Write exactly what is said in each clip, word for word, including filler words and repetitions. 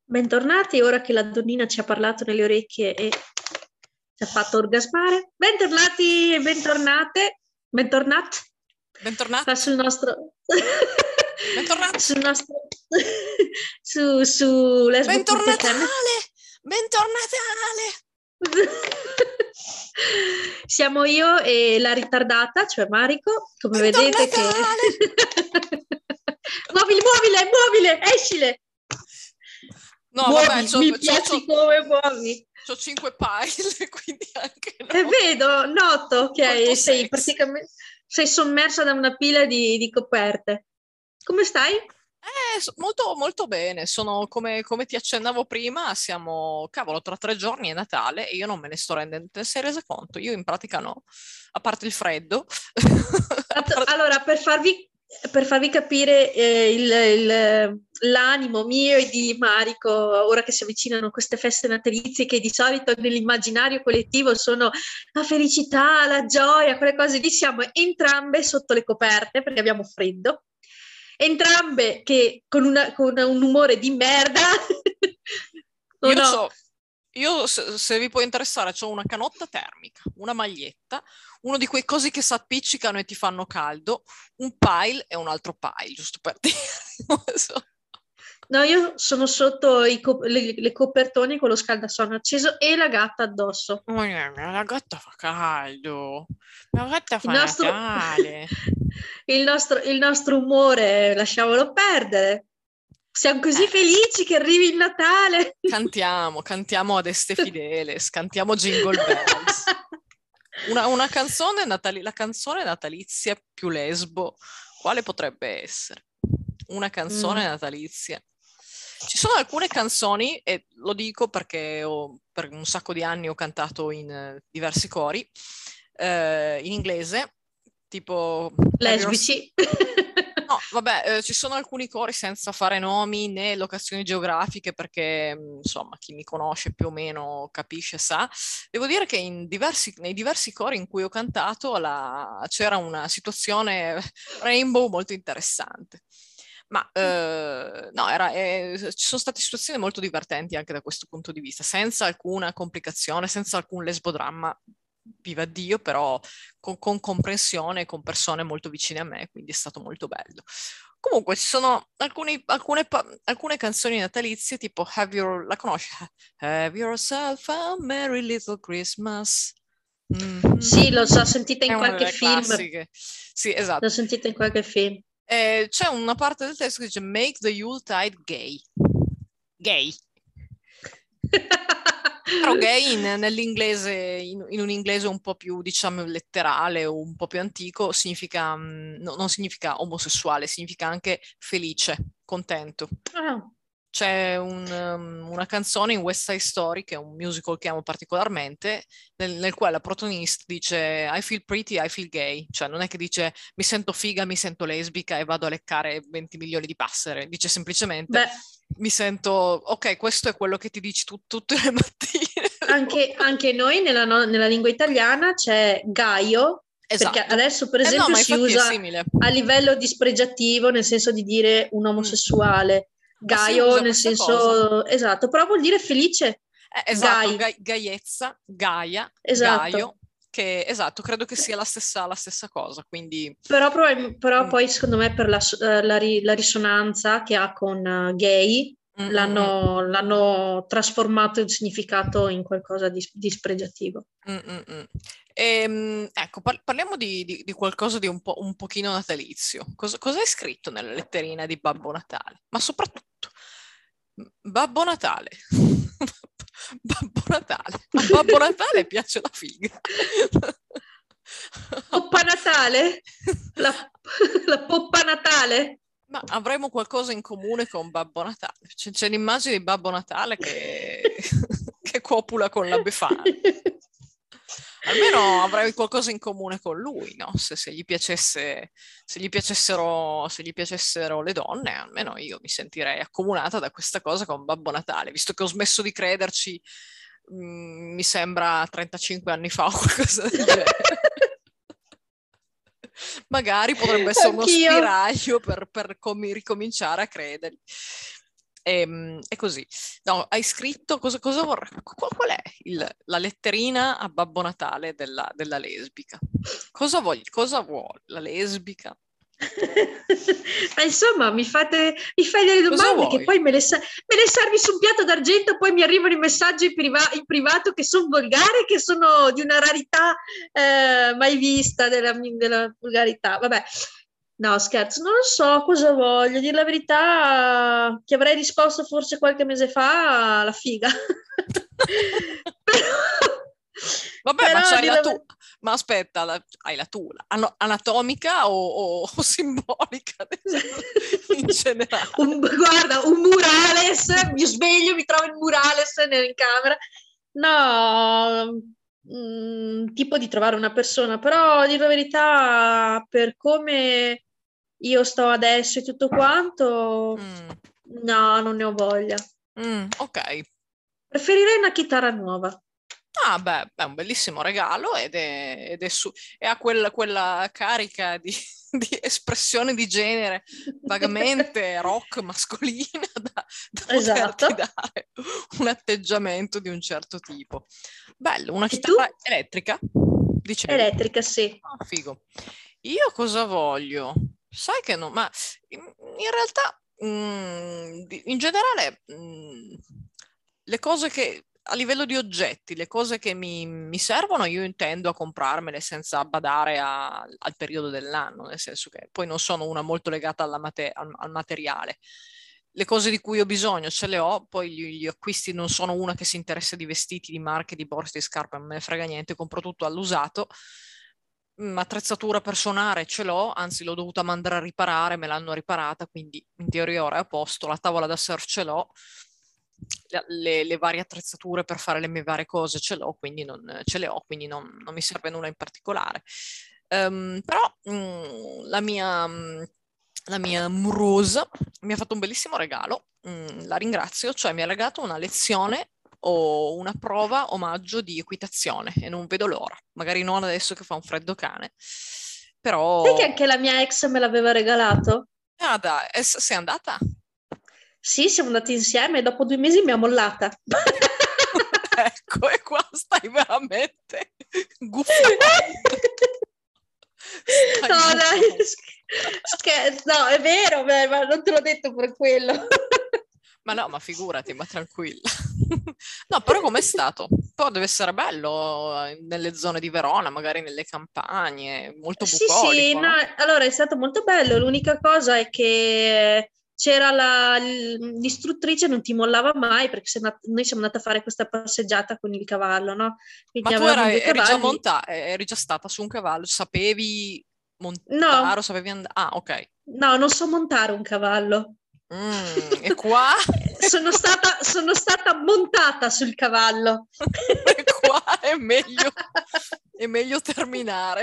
Bentornati, ora che la donnina ci ha parlato nelle orecchie e ci ha fatto orgasmare. Bentornati e bentornate, bentornati Bentornati. qua sul nostro Bentornati. sul nostro su, su lesbo punto f m. Bentornatale! Bentornatale! Siamo io e la ritardata, cioè Marico, come vedete che... muovile, muovile, muovile, escile! No, muovi, vabbè, c'ho, mi c'ho, piaci c'ho, come muovi. c'ho cinque pile, quindi anche no. E vedo, noto che Molto sei sexy. praticamente sei sommersa da una pila di, di coperte. Come stai? Eh, so- molto, molto bene. Sono come, come ti accennavo prima, siamo, cavolo, tra tre giorni è Natale e io non me ne sto rendendo. Te ne sei resa conto? Io in pratica no, a parte il freddo. A parte- Allora, per farvi, per farvi capire eh, il, il- l'animo mio e di Marico, ora che si avvicinano queste feste natalizie che di solito nell'immaginario collettivo sono la felicità, la gioia, quelle cose lì, siamo entrambe sotto le coperte perché abbiamo freddo, entrambe che con, una, con un umore di merda. O Io no? c'ho, io se, se vi può interessare, c'ho una canotta termica, una maglietta, uno di quei cosi che si appiccicano e ti fanno caldo, un pile e un altro pile, giusto per dire. Non so. No, io sono sotto i co- le, le copertoni con lo scaldasonno acceso e la gatta addosso. Oh, mia, mia, la gatta fa caldo, la gatta Il fa nostro, Natale. il nostro, il nostro umore, lasciamolo perdere. Siamo così Eh, felici che arrivi il Natale. cantiamo, cantiamo ad Este Fideles, cantiamo Jingle Bells. Una, una canzone natali- la canzone natalizia più lesbo, quale potrebbe essere? Una canzone Mm. natalizia. Ci sono alcune canzoni, e lo dico perché ho- per un sacco di anni ho cantato in eh, diversi cori, eh, in inglese, tipo Have Your... Lesbici. No, vabbè, eh, ci sono alcuni cori senza fare nomi né locazioni geografiche perché, mh, insomma, chi mi conosce più o meno capisce, sa. Devo dire che in diversi, nei diversi cori in cui ho cantato la- c'era una situazione rainbow molto interessante. Ma eh, no, era, eh, ci sono state situazioni molto divertenti anche da questo punto di vista, senza alcuna complicazione, senza alcun lesbodramma, viva Dio, però con, con comprensione, con persone molto vicine a me, quindi è stato molto bello. Comunque ci sono alcuni- alcune, pa- alcune canzoni natalizie, tipo Have Your, la conosci? Have Yourself a Merry Little Christmas. Mhm. Sì, lo so, sentita È in una qualche delle film. classiche. Sì, L'ho esatto. sentita in qualche film. Eh, c'è una parte del testo che dice Make the Yuletide gay. Gay. Però gay in- nell'inglese, in, in un inglese un po' più, diciamo, letterale o un po' più antico, significa, mm, no- non significa omosessuale, significa anche felice, contento. Ah. C'è un, um, una canzone in West Side Story, che è un musical che amo particolarmente, nel, nel quale la protagonista dice I feel pretty, I feel gay, cioè non è che dice mi sento figa, mi sento lesbica e vado a leccare venti milioni di passere, dice semplicemente Beh, mi sento, ok, questo è quello che ti dici tu, tutte le mattine. anche, anche noi nella, no- nella lingua italiana c'è Gaio, perché Esatto. adesso per Eh no, esempio ma si infatti è usa simile. a livello dispregiativo, nel senso di dire un Mm. omosessuale. Ma si Gaio usa nel questa cosa. senso esatto, però vuol dire felice. Eh, esatto, Gai, ga- gaiezza, gaia, esatto. gaio, che esatto, credo che sia la stessa, la stessa cosa, quindi... Però, probabil- però mm, poi secondo me per la, s- eh, la ri- la risonanza che ha con eh, gay mm, mm, mm, l'hanno l'hanno trasformato il significato in qualcosa di dispregiativo. mm, mm, mm. Ehm, ecco, par- parliamo di, di- di qualcosa di un po', un pochino natalizio. Cosa, cosa hai scritto nella letterina di Babbo Natale? Ma soprattutto, Babbo Natale. Babbo Natale. A Babbo Natale piace la figa. Poppa Natale? La, la poppa Natale? Ma avremo qualcosa in comune con Babbo Natale. C'è, c'è l'immagine di Babbo Natale che, che copula con la Befana. Almeno avrei qualcosa in comune con lui, no? Se, se gli piacesse, se gli piacessero, se gli piacessero le donne, almeno io mi sentirei accomunata da questa cosa con Babbo Natale, visto che ho smesso di crederci, mh, mi sembra trentacinque anni fa o qualcosa del genere. Magari potrebbe essere uno Anch'io. spiraglio per, per com- ricominciare a credere. E, è così. No, hai scritto cosa, cosa vorrei? Qual, qual è il- la letterina a Babbo Natale della, della lesbica? Cosa vuoi? Cosa vuole la lesbica? Ma insomma, mi fate, mi fai delle Cosa domande che vuoi? poi me le, sa- me le servi su un piatto d'argento, poi mi arrivano i messaggi in, priva- in privato che sono volgari, che sono di una rarità eh, mai vista della, della volgarità. Vabbè, no, scherzo, non lo so cosa voglio. A dire la verità, ti avrei risposto forse qualche mese fa, la figa. Però, Vabbè, ma però a c'hai dire la la tua. verità. Ma aspetta, la- hai la tua, ano- anatomica o, o- o simbolica in generale? Un- guarda, un murales, mi sveglio, mi trovo il murales nel- in camera. No, mm, tipo di trovare una persona, però a dire la verità, per come io sto adesso e tutto quanto, Mm, no, non ne ho voglia. mm, ok. Preferirei una chitarra nuova. Ah, beh, è un bellissimo regalo ed è, ed è su, e ha quella, quella carica di, di espressione di genere vagamente rock mascolina da, da poterti Esatto. dare un atteggiamento di un certo tipo. Bello, una E tu? chitarra elettrica, dicevi? Elettrica, sì. Ah, figo. Io cosa voglio? Sai che no, ma in, in realtà, mm, di- in generale, mm, le cose che a livello di oggetti, le cose che mi, mi servono, io intendo a comprarmele senza badare a- al periodo dell'anno, nel senso che poi non sono una molto legata alla mate- al, al materiale. Le cose di cui ho bisogno ce le ho, poi gli, gli acquisti non sono una che si interessa di vestiti, di marche, di borse, di scarpe, non me ne frega niente, compro tutto all'usato. Mm, Attrezzatura per suonare ce l'ho, anzi l'ho dovuta mandare a riparare, me l'hanno riparata, quindi in teoria ora è a posto. La tavola da surf ce l'ho, le, le varie attrezzature per fare le mie varie cose ce l'ho, quindi non, ce le ho, quindi non, non mi serve nulla in particolare. Ehm, però mm, la mia, mm, la mia amorosa mi ha fatto un bellissimo regalo, mm, la ringrazio, cioè mi ha regalato una lezione o una prova omaggio di equitazione e non vedo l'ora, magari non adesso che fa un freddo cane, Sai che però. anche la mia ex me l'aveva regalato? Ah dai, e s- sei andata? Sì, siamo andati insieme e dopo due mesi mi ha mollata. Ecco, e qua stai veramente guffando. No, Stai dai, guffando. sch- scherzo, no, è vero, beh, ma non te l'ho detto per quello. Ma no, ma figurati, ma tranquilla. No, però com'è stato? Poi deve essere bello eh, nelle zone di Verona, magari nelle campagne, molto Sì, sì, bucolico, no, no? allora è stato molto bello. L'unica cosa è che c'era la, l'istruttrice, non ti mollava mai perché sei andata- noi siamo andati a fare questa passeggiata con il cavallo, no? Ma Quindi tu avevamo era- due eri già cavalli. montata, eri già stata su un cavallo, sapevi montare No, o sapevi andare? Ah, ok. no, non so montare un cavallo. Mm, e qua? Sono stata, sono stata montata sul cavallo. E qua è meglio, è meglio terminare.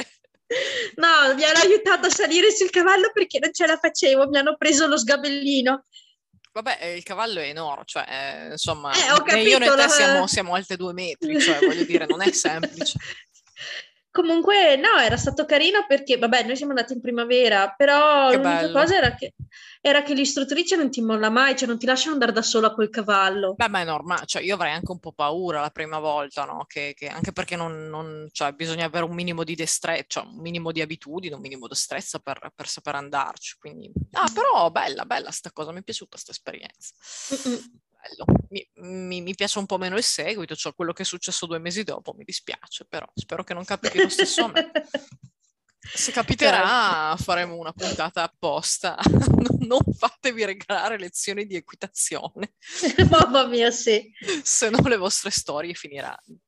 No, mi hanno aiutato a salire sul cavallo perché non ce la facevo, mi hanno preso lo sgabellino. Vabbè, eh, il cavallo è enorme, cioè, eh, insomma, Eh, ho né io né capito. te La... siamo, siamo alte due metri, cioè, voglio dire, non è semplice. Comunque, no, era stato carino perché, vabbè, noi siamo andati in primavera, però Che l'unica bello. cosa era che, era che l'istruttrice non ti molla mai, cioè non ti lasciano andare da sola col cavallo. Beh, ma è normale, cioè, io avrei anche un po' paura la prima volta, no? Che, che- anche perché non, non- cioè, bisogna avere un minimo di destrezza, cioè, un minimo di abitudine, un minimo di destrezza per, per saper andarci. Quindi. Ah, però bella, bella sta cosa, mi è piaciuta sta esperienza. Mm-mm. Bello. Mi, mi- mi piace un po' meno il seguito, cioè quello che è successo due mesi dopo, mi dispiace, però spero che non capiti lo stesso a me. Se Certo. capiterà, faremo una puntata apposta. Non fatevi regalare lezioni di equitazione, Mamma mia, sì. se no le vostre storie finiranno.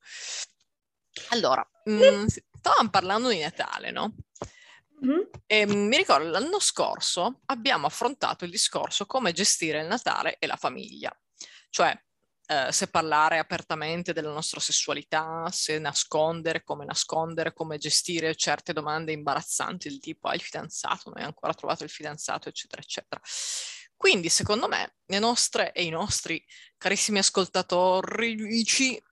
Allora, mh, stavamo parlando di Natale, no? Mhm. E mi ricordo l'anno scorso abbiamo affrontato il discorso come gestire il Natale e la famiglia, cioè eh, se parlare apertamente della nostra sessualità, se nascondere, come nascondere, come gestire certe domande imbarazzanti del tipo hai il fidanzato, non hai ancora trovato il fidanzato, eccetera, eccetera. Quindi secondo me le nostre e i nostri carissimi ascoltatori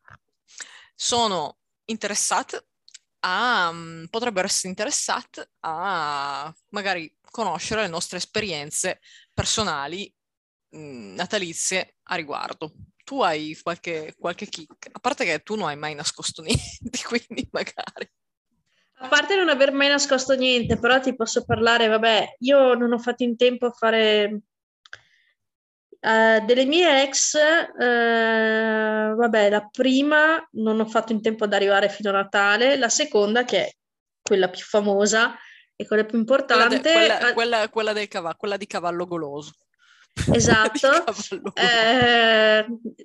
sono interessati a, mm, potrebbero essere interessati a magari conoscere le nostre esperienze personali mh, natalizie a riguardo. Tu hai qualche, qualche kick? A parte che tu non hai mai nascosto niente, quindi magari... A parte non aver mai nascosto niente, però ti posso parlare, vabbè, io non ho fatto in tempo a fare eh, delle mie ex, eh, vabbè, la prima non ho fatto in tempo ad arrivare fino a Natale, la seconda, che è quella più famosa e quella più Quella, de- importante, quella, eh, quella, quella del cavallo, quella di cavallo goloso. Quella di esatto, cavallo goloso. eh,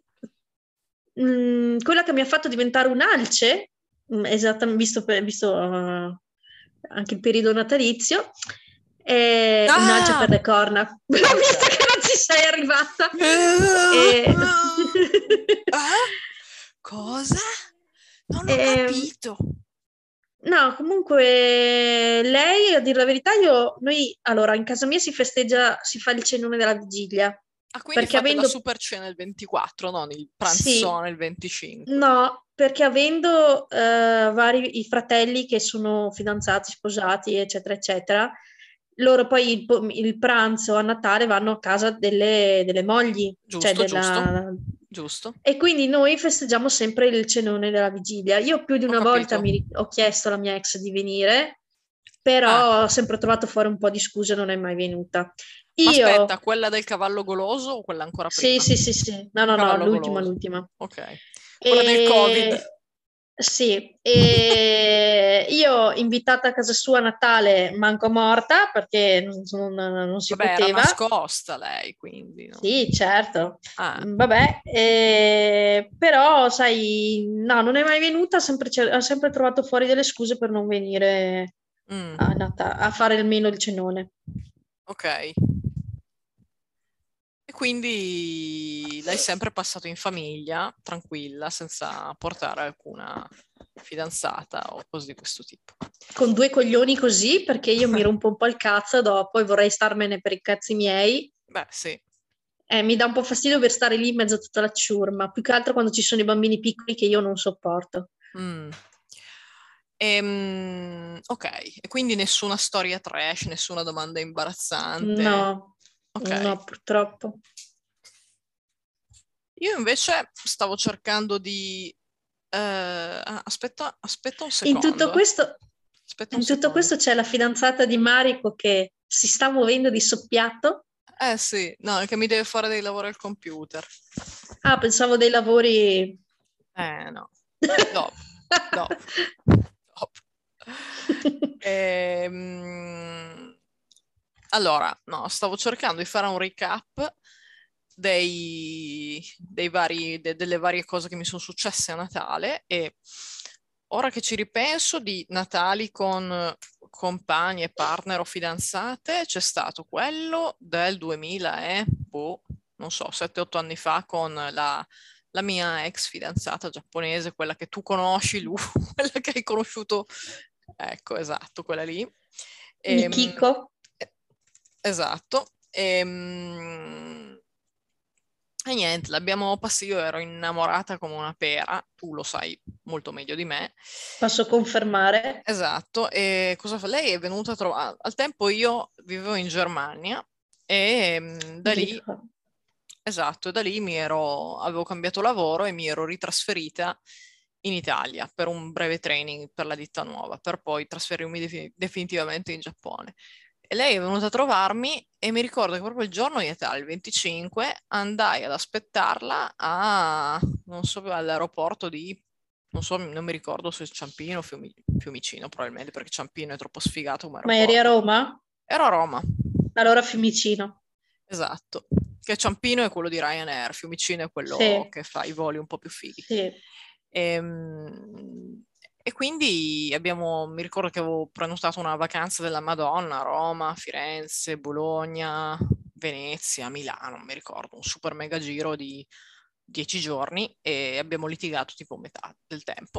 mh, quella che mi ha fatto diventare un'alce, mh, esattamente, visto, per- visto eh, anche il periodo natalizio, è un'alce Ah! per le corna. Ho visto che non ci sei arrivata. E... Ah? Cosa? Non ho e- capito. No, comunque lei, a dire la verità, io, noi, allora, in casa mia si festeggia, si fa il cenone della vigilia, Ah, quindi perché fate la avendo, super cena il ventiquattro, non il sì, pranzone il venticinque. no, perché avendo eh, vari i fratelli che sono fidanzati, sposati, eccetera, eccetera, loro poi il, po- il pranzo a Natale vanno a casa delle, delle mogli, cioè Giusto, giusto, della... giusto. E quindi noi festeggiamo sempre il cenone della vigilia. Io più di Ho una volta capito. mi ri- ho chiesto alla mia ex di venire, Ah, però ho sempre trovato fuori un po' di scuse, non è mai venuta. ma aspetta, Io, quella del cavallo goloso o quella ancora sì, prima? sì, sì, sì, no, no, no, Cavallo l'ultima, goloso. l'ultima. Ok. Quella del Covid. E sì, e io invitata a casa sua a Natale manco morta perché non, non- non si Vabbè, era poteva. nascosta lei, quindi non... Sì, certo. Ah, Vabbè, eh, però sai, no, non è mai venuta, ha sempre, cer- ha sempre trovato fuori delle scuse per non venire mm, a, Nata- a fare almeno il cenone. ok. E quindi l'hai sempre passato in famiglia, tranquilla, senza portare alcuna fidanzata o cose di questo tipo. Con due coglioni così, perché io mi rompo un po' il cazzo dopo e vorrei starmene per i cazzi miei. Beh, sì. Eh, mi dà un po' fastidio per stare lì in mezzo a tutta la ciurma, più che altro quando ci sono i bambini piccoli che io non sopporto. Mm. Ehm, ok, e quindi nessuna storia trash, nessuna domanda imbarazzante. No, Ok. no, purtroppo. Io invece stavo cercando di... eh, ah, aspetta, aspetta un In tutto secondo. questo, Aspetta un in tutto secondo. questo c'è la fidanzata di Marico che si sta muovendo di soppiatto. Eh sì, no, è che mi deve fare dei lavori al computer. Ah, pensavo dei lavori... Eh no, dopo, dopo, dopo. Ehm, allora, no, stavo cercando di fare un recap dei, dei vari, de- delle varie cose che mi sono successe a Natale e ora che ci ripenso di Natali con compagni e partner o fidanzate, c'è stato quello del duemila e, boh, non so, sette otto anni fa con la, la mia ex fidanzata giapponese, quella che tu conosci, lui, quella che hai conosciuto, ecco, esatto, quella lì. Ehm, Mikiko. esatto. Ehm, e niente, l'abbiamo passato, io ero innamorata come una pera, tu lo sai molto meglio di me. Posso confermare? Esatto, e cosa fa? Lei è venuta a trovare, al tempo io vivevo in Germania e mm, da Mi lì, ricordo. esatto, da lì mi ero, avevo cambiato lavoro e mi ero ritrasferita in Italia per un breve training per la ditta nuova, per poi trasferirmi defi- definitivamente in Giappone. E lei è venuta a trovarmi e mi ricordo che proprio il giorno di Natale, il venticinque, andai ad aspettarla a, non so, all'aeroporto di, non so, non mi ricordo se Ciampino o Fiumi- Fiumicino, probabilmente perché Ciampino è troppo sfigato come Ma eri a aeroporto. Roma? Ero a Roma, Allora Fiumicino. esatto. Che Ciampino è quello di Ryanair, Fiumicino è quello Sì, che fa i voli un po' più fighi. sì. Ehm, E, quindi abbiamo, mi ricordo che avevo prenotato una vacanza della Madonna a Roma, Firenze, Bologna, Venezia, Milano, non mi ricordo, un super mega giro di dieci giorni e abbiamo litigato tipo metà del tempo.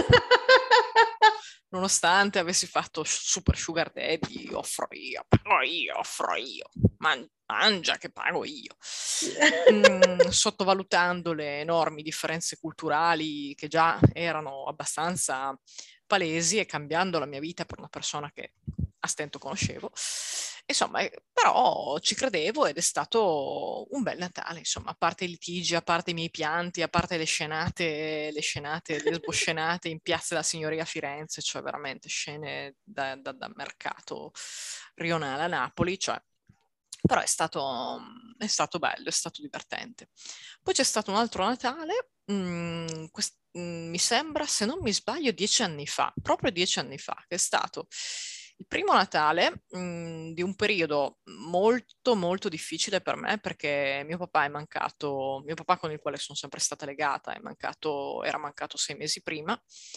Nonostante avessi fatto super sugar daddy, offro io, pago io, offro io, Man- mangia che pago io. Mm, sottovalutando le enormi differenze culturali che già erano abbastanza palesi e cambiando la mia vita per una persona che a stento conoscevo. insomma, eh, però ci credevo ed è stato un bel Natale, insomma, a parte i litigi, a parte i miei pianti, a parte le scenate, le scenate, le sboscenate in Piazza della Signoria a Firenze, cioè veramente scene da, da, da mercato rionale a Napoli, cioè, però è stato, è stato bello, è stato divertente. Poi c'è stato un altro Natale, mh, quest- mh, mi sembra, se non mi sbaglio, dieci anni fa, proprio dieci anni fa, che è stato il primo Natale mh, di un periodo molto molto difficile per me perché mio papà è mancato, mio papà con il quale sono sempre stata legata, è mancato, era mancato sei mesi prima.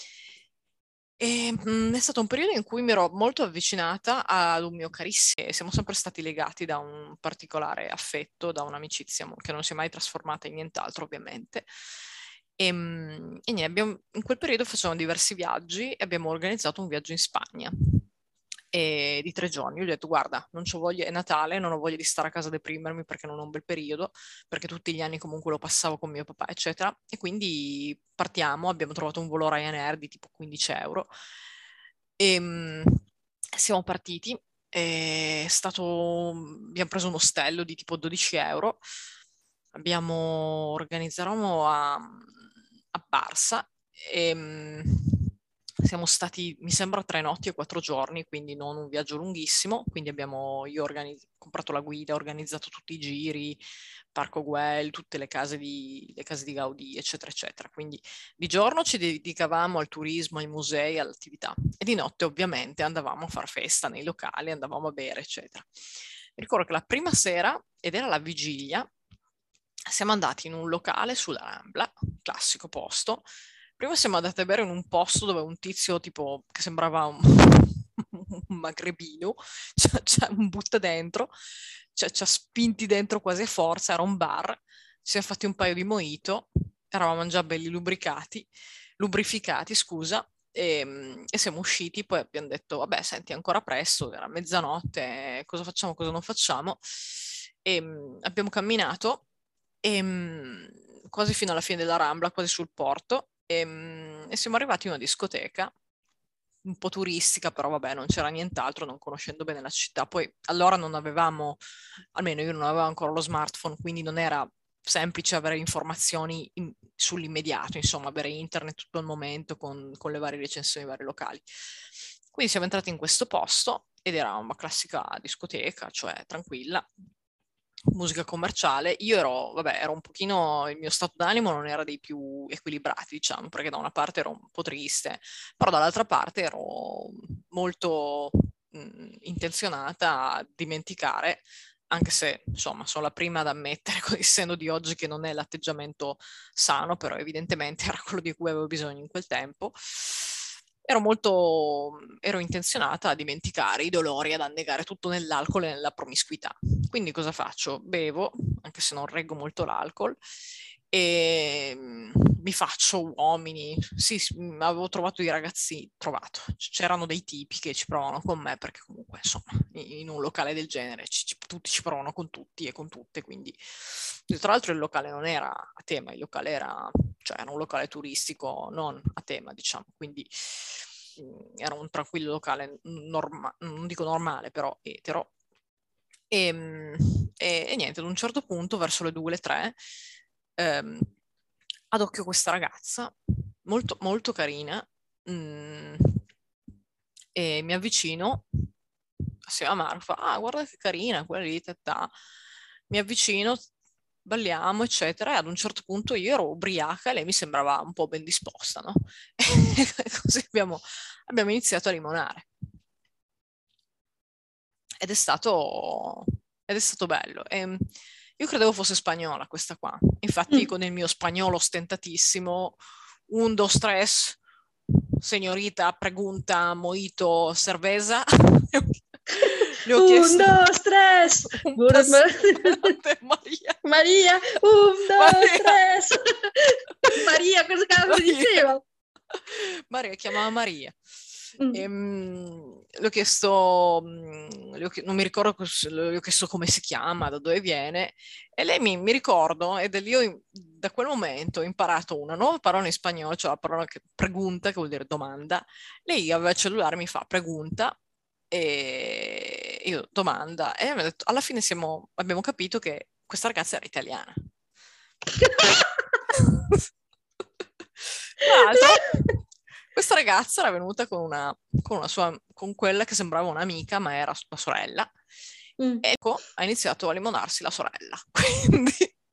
E, mh, è stato un periodo in cui mi ero molto avvicinata ad un mio carissimo, e siamo sempre stati legati da un particolare affetto, da un'amicizia che non si è mai trasformata in nient'altro, ovviamente. E, mh, e niente, abbiamo- in quel periodo facevamo diversi viaggi e abbiamo organizzato un viaggio in Spagna e di tre giorni. Io gli ho detto, guarda, non c'ho voglia, è Natale, non ho voglia di stare a casa a deprimermi perché non ho un bel periodo, perché tutti gli anni comunque lo passavo con mio papà, eccetera. E quindi partiamo, abbiamo trovato un volo Ryanair di tipo quindici euro e mh, siamo partiti. È stato, abbiamo preso un ostello di tipo dodici euro, abbiamo organizzato a, a Barsa e mh, siamo stati, mi sembra, tre notti e quattro giorni, quindi non un viaggio lunghissimo. Quindi abbiamo, io ho organizz- comprato la guida, ho organizzato tutti i giri, Parco Güell, tutte le case di, le case di Gaudì, eccetera, eccetera. Quindi di giorno ci dedicavamo al turismo, ai musei, all'attività e di notte ovviamente andavamo a far festa nei locali, andavamo a bere, eccetera. Mi ricordo che la prima sera, ed era la vigilia, siamo andati in un locale sulla Rambla, classico posto. Prima siamo andati a bere in un posto dove un tizio tipo che sembrava un, un magrebino, cioè, cioè un butta dentro, cioè, ci ha spinti dentro quasi a forza, era un bar, ci siamo fatti un paio di mojito, eravamo già belli lubricati, lubrificati, scusa, e, e siamo usciti, poi abbiamo detto, vabbè, senti, è ancora presto, era mezzanotte, cosa facciamo, cosa non facciamo? E mh, abbiamo camminato e, mh, quasi fino alla fine della Rambla, quasi sul porto, e, mh, e siamo arrivati in una discoteca un po' turistica, però vabbè, non c'era nient'altro, non conoscendo bene la città. Poi allora non avevamo, almeno io non avevo ancora lo smartphone, quindi non era semplice avere informazioni in- sull'immediato, insomma, avere internet tutto il momento con, con le varie recensioni, i vari locali. Quindi siamo entrati in questo posto ed era una classica discoteca, cioè tranquilla, musica commerciale. Io ero, vabbè, ero un pochino, il mio stato d'animo non era dei più equilibrati, diciamo, perché da una parte ero un po' triste, però dall'altra parte ero molto mh, intenzionata a dimenticare, anche se, insomma, sono la prima ad ammettere con il senno di oggi che non è l'atteggiamento sano, però evidentemente era quello di cui avevo bisogno in quel tempo. Ero molto, ero intenzionata a dimenticare i dolori, ad annegare tutto nell'alcol e nella promiscuità. Quindi cosa faccio? Bevo, anche se non reggo molto l'alcol, e mm, mi faccio uomini. Sì, sì, mm, avevo trovato dei ragazzi, trovato, c'erano dei tipi che ci provano con me, perché comunque, insomma, in un locale del genere ci, ci, tutti ci provano con tutti e con tutte, quindi tra l'altro il locale non era a tema, il locale era, cioè, era un locale turistico non a tema, diciamo, quindi mh, era un tranquillo locale, norma- non dico normale, però etero. E, mh, e, e niente, ad un certo punto, verso le due, le tre, ehm, ad occhio questa ragazza, molto, molto carina, mh, e mi avvicino, assieme a Marco, fa, ah, guarda che carina, quella lì, tata. Mi avvicino, balliamo, eccetera, e ad un certo punto io ero ubriaca e lei mi sembrava un po' ben disposta, no? E così abbiamo, abbiamo iniziato a limonare. Ed è stato, ed è stato bello. E io credevo fosse spagnola questa qua. Infatti, Mm. con il mio spagnolo ostentatissimo, un, dos, tres, señorita, pregunta, mojito, cerveza, le ho Un, chiesto dos, tres. un Buenas ma- passante, Maria. Maria, un, dos, Maria. tres. Maria, cosa cavolo Maria. diceva? Maria, chiamava Maria. Mm. Ehm, le ho chiesto, mh, le ho chie- non mi ricordo, cos- le ho chiesto come si chiama, da dove viene, e lei mi, mi ricordo, ed è lì io da quel momento ho imparato una nuova parola in spagnolo, cioè la parola che, pregunta, che vuol dire domanda. Lei aveva il cellulare, mi fa pregunta, e, io domanda, e abbiamo detto, alla fine siamo, abbiamo capito che questa ragazza era italiana. Tra l'altro, questa ragazza era venuta con una, con una sua, con quella che sembrava un'amica, ma era sua sorella. Mm. E ecco, ha iniziato a limonarsi la sorella. Quindi...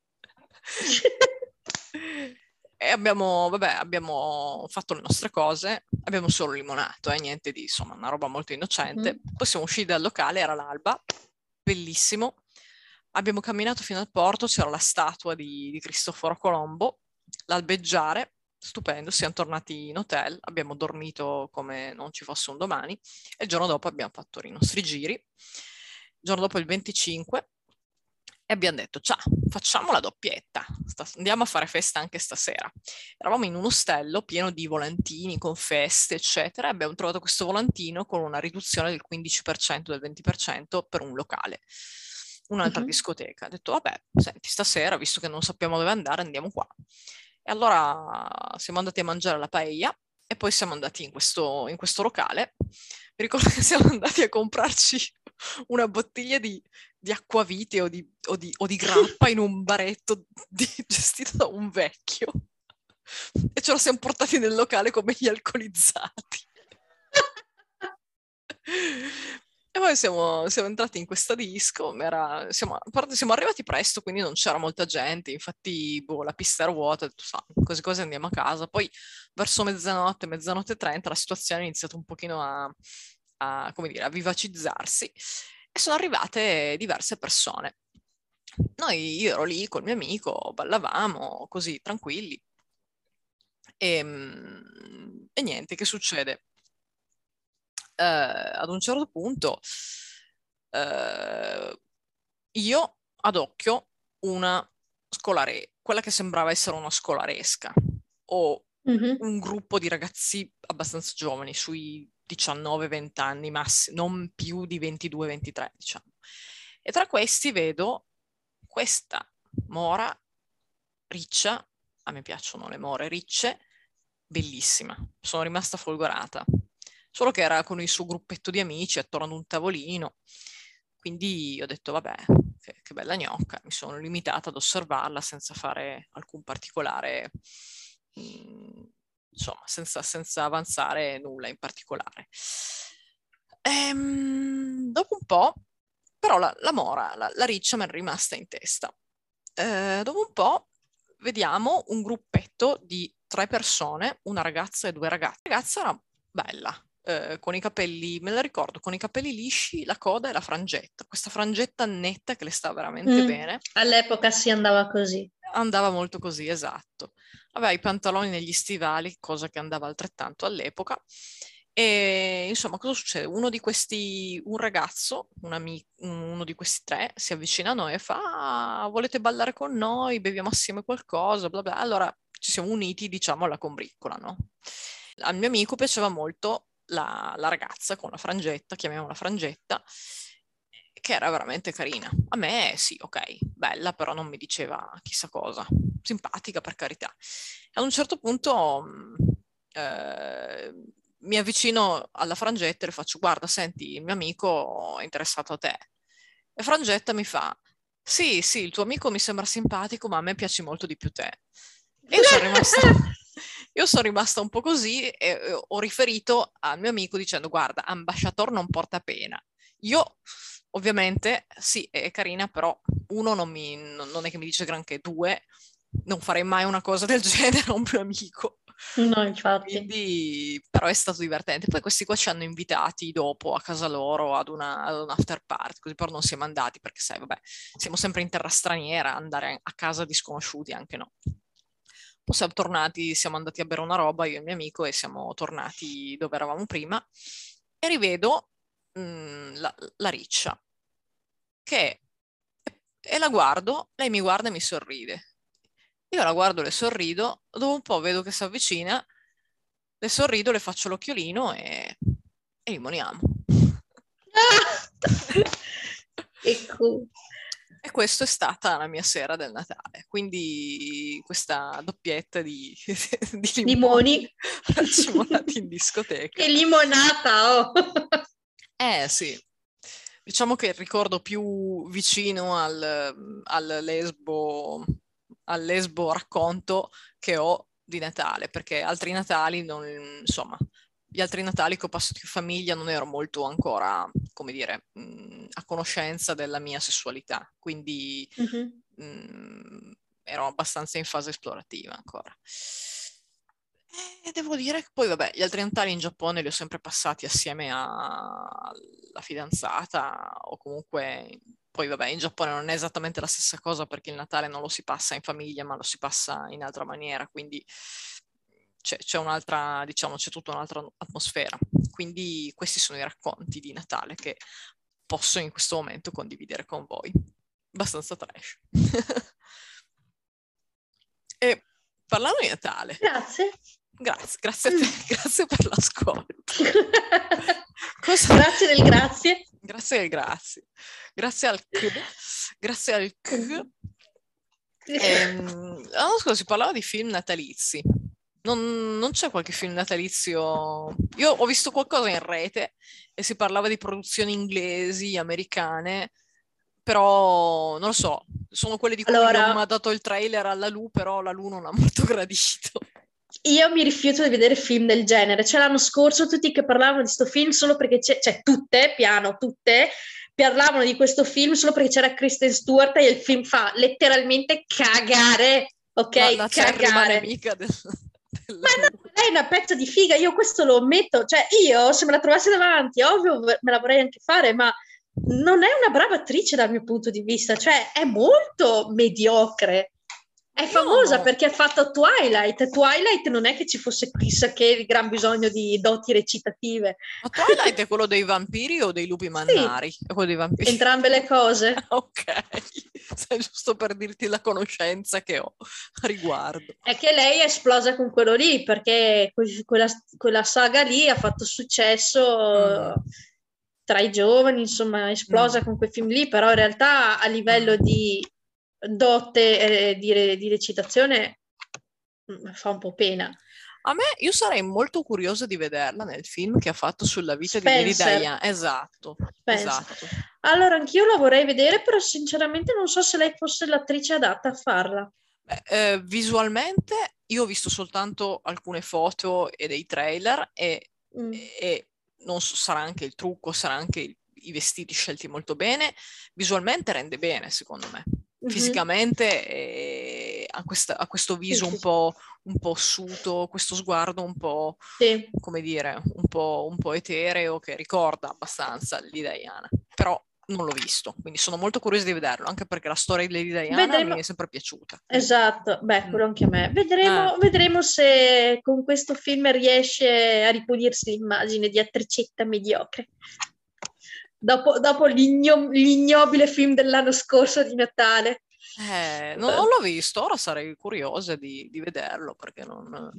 E abbiamo, vabbè, abbiamo fatto le nostre cose, abbiamo solo limonato, eh, niente di, insomma, una roba molto innocente. Mm-hmm. Poi siamo usciti dal locale, era l'alba, bellissimo. Abbiamo camminato fino al porto, c'era la statua di, di Cristoforo Colombo, l'albeggiare, stupendo, siamo tornati in hotel, abbiamo dormito come non ci fosse un domani e il giorno dopo abbiamo fatto i nostri giri. Il giorno dopo il venticinque e abbiamo detto, ciao, facciamo la doppietta, andiamo a fare festa anche stasera. Eravamo in un ostello pieno di volantini con feste, eccetera, e abbiamo trovato questo volantino con una riduzione del quindici per cento, del venti per cento per un locale, un'altra uh-huh. discoteca. Ho detto, vabbè, senti, stasera, visto che non sappiamo dove andare, andiamo qua. E allora siamo andati a mangiare la paella e poi siamo andati in questo, in questo locale. Mi ricordo che siamo andati a comprarci una bottiglia di, di acquavite o di, o, di, o di grappa in un baretto di, gestito da un vecchio e ce lo siamo portati nel locale come gli alcolizzati. E poi siamo, siamo entrati in questa disco, era, siamo, siamo arrivati presto, quindi non c'era molta gente, infatti boh, la pista era vuota, ho detto, sa, così così andiamo a casa. Poi verso mezzanotte, mezzanotte e trenta la situazione è iniziata un pochino a, a, come dire, a vivacizzarsi e sono arrivate diverse persone. Noi, io ero lì col mio amico, ballavamo così tranquilli e, e niente, che succede? Uh, ad un certo punto uh, io ad occhio una scolare, quella che sembrava essere una scolaresca o mm-hmm. un gruppo di ragazzi abbastanza giovani, sui diciannove venti anni, massi, non più di ventidue ventitré, diciamo. E tra questi vedo questa mora riccia, a me piacciono le more ricce, bellissima, sono rimasta folgorata. Solo che era con il suo gruppetto di amici attorno ad un tavolino, quindi ho detto vabbè, che, che bella gnocca, mi sono limitata ad osservarla senza fare alcun particolare, mh, insomma, senza, senza avanzare nulla in particolare. Ehm, dopo un po', però la, la mora, la, la riccia mi è rimasta in testa. Eh, dopo un po' vediamo un gruppetto di tre persone, una ragazza e due ragazze. La ragazza era bella. Eh, con i capelli, me la ricordo, con i capelli lisci, la coda e la frangetta, questa frangetta netta che le sta veramente mm, bene. All'epoca si andava così. Andava molto così, esatto. Aveva i pantaloni negli stivali, cosa che andava altrettanto all'epoca. E insomma, cosa succede? Uno di questi, un ragazzo, un amico, uno di questi tre, si avvicina a noi e fa: ah, volete ballare con noi? Beviamo assieme qualcosa, bla bla. Allora ci siamo uniti, diciamo, alla combriccola, no? Al mio amico piaceva molto La, la ragazza con la frangetta, chiamiamola frangetta, che era veramente carina. A me sì, ok, bella, però non mi diceva chissà cosa. Simpatica, per carità. A un certo punto eh, mi avvicino alla frangetta e le faccio: guarda, senti, il mio amico è interessato a te. E Frangetta mi fa: sì, sì, il tuo amico mi sembra simpatico, ma a me piaci molto di più te. E io sono rimasta... Io sono rimasta un po' così e ho riferito al mio amico dicendo: guarda, ambasciator non porta pena. Io ovviamente sì, è carina, però uno non, mi, non è che mi dice granché, due non farei mai una cosa del genere a un mio amico. No, infatti. Quindi, però è stato divertente. Poi questi qua ci hanno invitati dopo a casa loro ad una, ad un after party, così però non siamo andati perché sai, vabbè, siamo sempre in terra straniera, andare a casa di sconosciuti anche no. Poi siamo tornati, siamo andati a bere una roba, io e il mio amico, e siamo tornati dove eravamo prima, e rivedo mh, la, la riccia, che, e la guardo, lei mi guarda e mi sorride. Io la guardo, le sorrido, dopo un po' vedo che si avvicina, le sorrido, le faccio l'occhiolino e, e limoniamo. Ecco. E questa è stata la mia sera del Natale, quindi questa doppietta di, di limoni racimolati in discoteca. Che limonata, oh! Eh sì, diciamo che il ricordo più vicino al, al lesbo, al lesbo racconto che ho di Natale, perché altri Natali, non, insomma, gli altri Natali che ho passato in famiglia non ero molto ancora, come dire, mh, a conoscenza della mia sessualità, quindi Mhm. mh, ero abbastanza in fase esplorativa ancora. E devo dire che poi, vabbè, gli altri Natali in Giappone li ho sempre passati assieme a- alla fidanzata o comunque... Poi, vabbè, in Giappone non è esattamente la stessa cosa perché il Natale non lo si passa in famiglia, ma lo si passa in altra maniera, quindi c'è, c'è un'altra, diciamo, c'è tutta un'altra atmosfera. Quindi questi sono i racconti di Natale che posso in questo momento condividere con voi. Abbastanza trash. E parlando di Natale, Grazie. grazie, grazie a te, Mm. grazie per l'ascolto. Cosa... Grazie del grazie. Grazie del grazie. Grazie al C. Grazie al C. Ehm, l'anno scorso si parlava di film natalizi. Non, non c'è qualche film natalizio. Io ho visto qualcosa in rete e si parlava di produzioni inglesi, americane, però non lo so, sono quelle di cui gli ho Allora, mandato il trailer alla Lu, però la Lu non ha molto gradito. io mi rifiuto di vedere film del genere. Cioè, l'anno scorso tutti che parlavano di sto film solo perché c'è, cioè tutte, piano, tutte, parlavano di questo film solo perché c'era Kristen Stewart e il film fa letteralmente cagare, ok? La, la acerrima Cagare. nemica del, della Ma Lu. no, lei è una pezza di figa, io questo lo ammetto. Cioè, io se me la trovassi davanti, ovvio, me la vorrei anche fare, ma non è una brava attrice dal mio punto di vista. Cioè, è molto mediocre. È Io famosa no. perché ha fatto Twilight. Twilight non è che ci fosse chissà che gran bisogno di doti recitative. Ma Twilight è quello dei vampiri o dei lupi Sì, mannari? È quello dei vampiri. entrambe le cose. Ok, sai, giusto per dirti la conoscenza che ho a riguardo. È che lei è esplosa con quello lì, perché que- quella, quella saga lì ha fatto Mm, successo tra i giovani, insomma, è esplosa mm, con quei film lì, però in realtà a livello mm. di dote eh, di, re- di recitazione mm, fa un po' pena. A me, io sarei molto curiosa di vederla nel film che ha fatto sulla vita di Lady Spencer. Diana. Esatto, Spencer. esatto. Allora, anch'io la vorrei vedere, però sinceramente non so se lei fosse l'attrice adatta a farla. Beh, eh, visualmente io ho visto soltanto alcune foto e dei trailer e, Mm. e non so, sarà anche il trucco, sarà anche il- i vestiti scelti molto bene. Visualmente rende bene, secondo me. Mhm. Fisicamente eh, ha, questa- ha questo Sì, viso sì, un sì. po', un po' ossuto, questo sguardo un po', Sì. come dire, un po', un po' etereo che ricorda abbastanza Lady Diana. Però non l'ho visto, quindi sono molto curiosa di vederlo, anche perché la storia di Lady Diana mi Vedremo. è sempre piaciuta. Quindi, Esatto, beh, mm. quello anche a me. Eh. Vedremo, vedremo se con questo film riesce a ripulirsi l'immagine di attricetta mediocre. Dopo, dopo l'igno- l'ignobile film dell'anno scorso di Natale. Eh, non, non Eh, l'ho visto, ora sarei curiosa di, di vederlo perché non...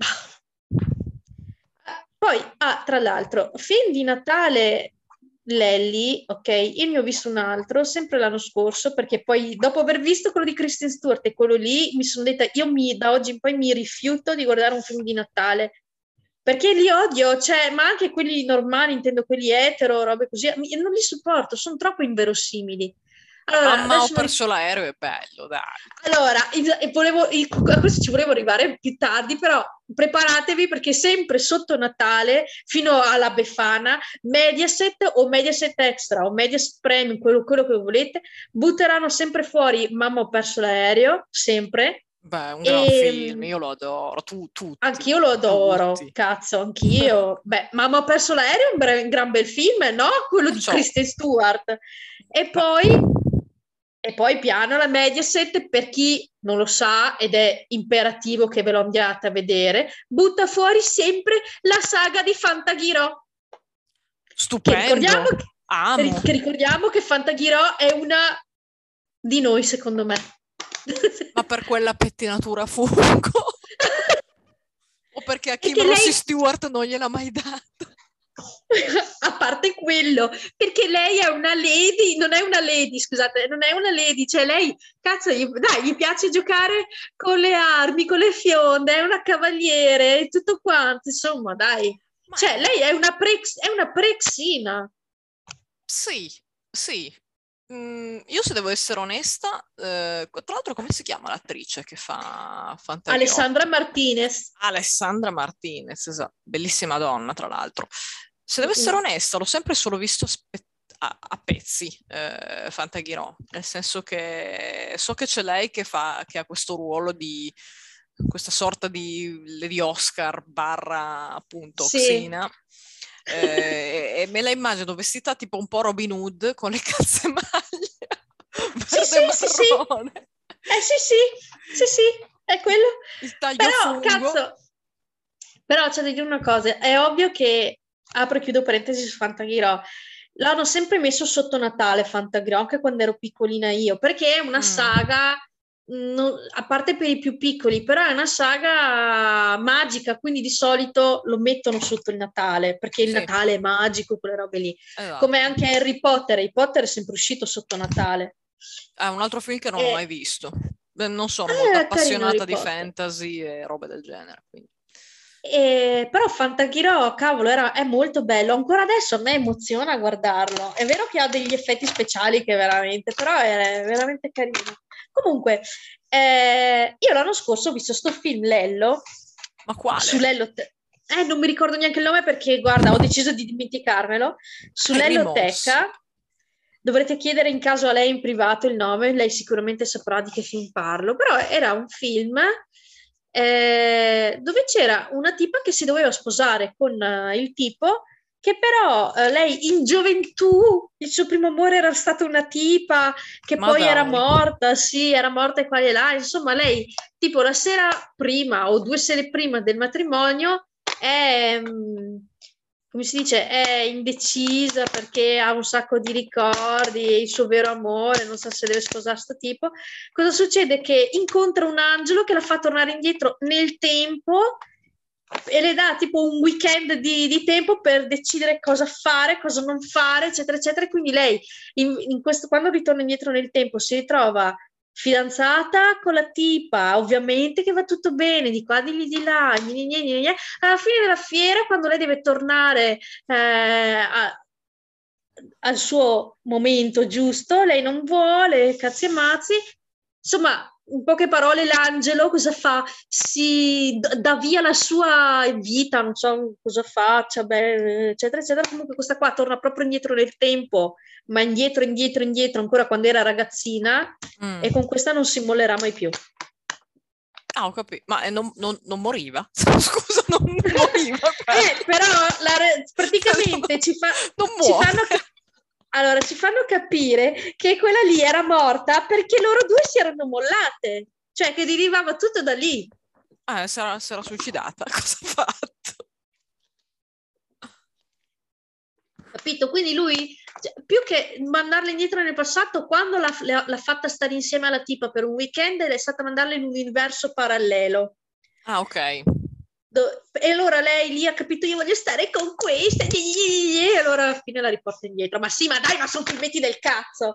Poi, ah, tra l'altro, film di Natale Lelly, ok, io ne ho visto un altro, sempre l'anno scorso, perché poi dopo aver visto quello di Kristen Stewart e quello lì, mi sono detta, io mi, da oggi in poi mi rifiuto di guardare un film di Natale, perché li odio, cioè, ma anche quelli normali, intendo quelli etero, robe così, mi- non li sopporto, sono troppo inverosimili. Allora, Mamma, ho adesso non... perso l'aereo, è bello, dai. Allora, il- e volevo, il- a questo ci volevo arrivare più tardi, però preparatevi perché sempre sotto Natale, fino alla Befana, Mediaset o Mediaset Extra o Mediaset Premium, quello, quello che volete, butteranno sempre fuori Mamma ho perso l'aereo, sempre. Beh, è un gran film, E io lo adoro, tu, tutti, anch'io lo adoro, tutti. cazzo, anch'io. Beh, Mamma ha perso l'aereo è un, bre- un gran bel film, no? Quello di Perciò, Kristen Stewart. E beh, poi, e poi piano la Mediaset, per chi non lo sa ed è imperativo che ve lo andiate a vedere, butta fuori sempre la saga di Fantaghirò. Che stupendo, ricordiamo che, amo. che ricordiamo che Fantaghirò è una di noi, secondo me. Ma per quella pettinatura a fuoco? O perché a Kim Perché Rossi lei Stewart non gliel'ha mai dato? a parte quello, perché lei è una lady, non è una lady, scusate, non è una lady, cioè lei, cazzo, gli, dai, gli piace giocare con le armi, con le fionde, è una cavaliere, e tutto quanto, insomma, dai. Ma Cioè, lei è una, prex, è una prexina. sì, Sì. Mm, io se devo essere onesta, eh, tra l'altro come si chiama l'attrice che fa Fantaghirò? Alessandra Martinez. Alessandra Martinez, esatto, bellissima donna tra l'altro. Se devo essere Mm-mm. onesta, l'ho sempre solo visto spe- a, a pezzi, eh, Fantaghirò, nel senso che so che c'è lei che fa, che ha questo ruolo di questa sorta di Lady Oscar barra appunto Sì. Xena, eh, e, e me la immagino vestita tipo un po' Robin Hood con le calzemaglie Sì, verde sì, e sì, sì. marrone, Eh sì, sì, sì, sì, è quello. il taglio Però, fungo. cazzo, però c'è da dire una cosa, è ovvio che, apro e chiudo parentesi su Fantaghirò, l'hanno sempre messo sotto Natale Fantaghirò, anche quando ero piccolina io, perché è una Mm, saga, mh, non- a parte per i più piccoli, però è una saga magica, quindi di solito lo mettono sotto il Natale, perché il sì, Natale è magico, quelle robe lì. Come esatto. anche Harry Potter, Harry Potter è sempre uscito sotto Natale. È un altro film che non ho mai E, visto. Beh, non sono molto ah, carino appassionata Harry di Potter. fantasy e robe del genere, quindi. E- però Fantaghirò, cavolo, era- è molto bello. Ancora adesso a me emoziona guardarlo. È vero che ha degli effetti speciali che veramente, però è veramente carino. Comunque, eh, io l'anno scorso ho visto sto film Lello, Ma su quale? Lello, Te- eh, non mi ricordo neanche il nome perché, guarda, ho deciso di dimenticarmelo, su È rimosso. Lelloteca. Dovrete chiedere in caso a lei in privato il nome, lei sicuramente saprà di che film parlo, però era un film eh, dove c'era una tipa che si doveva sposare con eh, il tipo, che però eh, lei in gioventù, il suo primo amore era stata una tipa che Ma poi era dai. morta, sì, era morta e qua e là, insomma lei tipo la sera prima o due sere prima del matrimonio è, mm, come si dice, è indecisa perché ha un sacco di ricordi, e il suo vero amore, non sa se deve sposare sto tipo. Cosa succede? Che incontra un angelo che la fa tornare indietro nel tempo e le dà tipo un weekend di, di tempo per decidere cosa fare, cosa non fare, eccetera, eccetera. E quindi lei, in, in questo, quando ritorna indietro nel tempo, si ritrova fidanzata con la tipa, ovviamente che va tutto bene, di qua, di lì, di là, gni, gni, gni, gni. Alla fine della fiera, quando lei deve tornare eh, a- al suo momento giusto, lei non vuole, cazzi e mazzi. Insomma, in poche parole, l'angelo cosa fa? Si d- dà via la sua vita, non so cosa faccia, beh, eccetera, eccetera. Comunque questa qua torna proprio indietro nel tempo, ma indietro, indietro, indietro, ancora quando era ragazzina, Mm. e con questa non si mollerà mai più. Ah, ho capito. Ma eh, non, non- non moriva? Scusa, non moriva Eh, quella. però la re- Cioè, non, praticamente ci, fa- non ci muore. fanno, ca- allora, ci fanno capire che quella lì era morta perché loro due si erano mollate, cioè che derivava tutto da lì. Ah, si era, si era suicidata. Cosa ha fatto? Capito? Quindi lui, cioè, più che mandarla indietro nel passato, quando l'ha, l'ha- l'ha fatta stare insieme alla tipa per un weekend, è stata mandarla in un universo parallelo. Ah, ok. Do- e allora lei lì ha capito, io voglio stare con questa, e allora alla fine la riporta indietro. Ma sì, ma dai, ma sono filmetti del cazzo!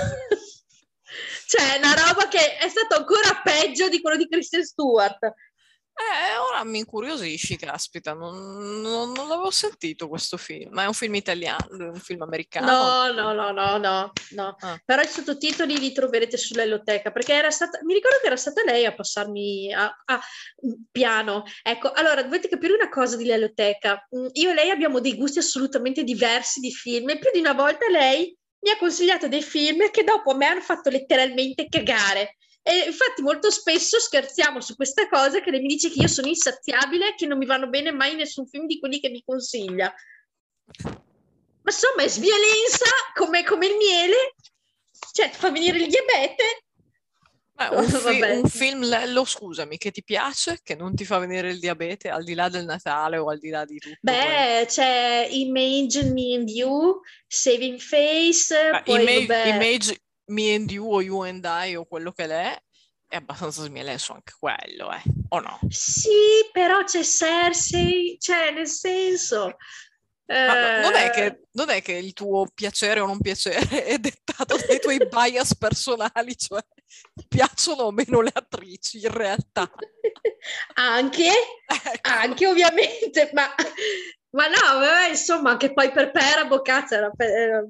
Cioè, è una roba che è stato ancora peggio di quello di Kristen Stewart. Eh, ora mi incuriosisci, caspita, non, non- non l'avevo sentito questo film. Ma è un film italiano, un film americano? No, no, no, no, no, no. Ah, Però i sottotitoli li troverete sull'Elloteca, perché era stata, mi ricordo che era stata lei a passarmi a, a- piano. Ecco, allora dovete capire una cosa di Lelloteca. Mm, Io e lei abbiamo dei gusti assolutamente diversi di film e più di una volta lei mi ha consigliato dei film che dopo a me hanno fatto letteralmente cagare. E infatti molto spesso scherziamo su questa cosa che lei mi dice che io sono insaziabile, che non mi vanno bene mai nessun film di quelli che mi consiglia. Ma insomma, è sviolenza come, come il miele, cioè ti fa venire il diabete. beh, un, Oh, fi- un vabbè. film, Lello, scusami, che ti piace, che non ti fa venire il diabete, al di là del Natale o al di là di tutto quello. Beh, c'è Imagine Me and You, Saving Face, Beh, poi Image, vabbè. Image Me and You o You and I o quello che l'è, è abbastanza smielenso anche quello, eh, o no? Sì, però c'è Cersei, cioè nel senso. Ma no- non è eh, che, non è che il tuo piacere o non piacere è dettato dai tuoi bias personali, cioè ti piacciono o meno le attrici in realtà. Anche, Ecco. anche ovviamente, ma, ma no, vabbè, insomma, anche poi per Perabo, cazzo, era per- era-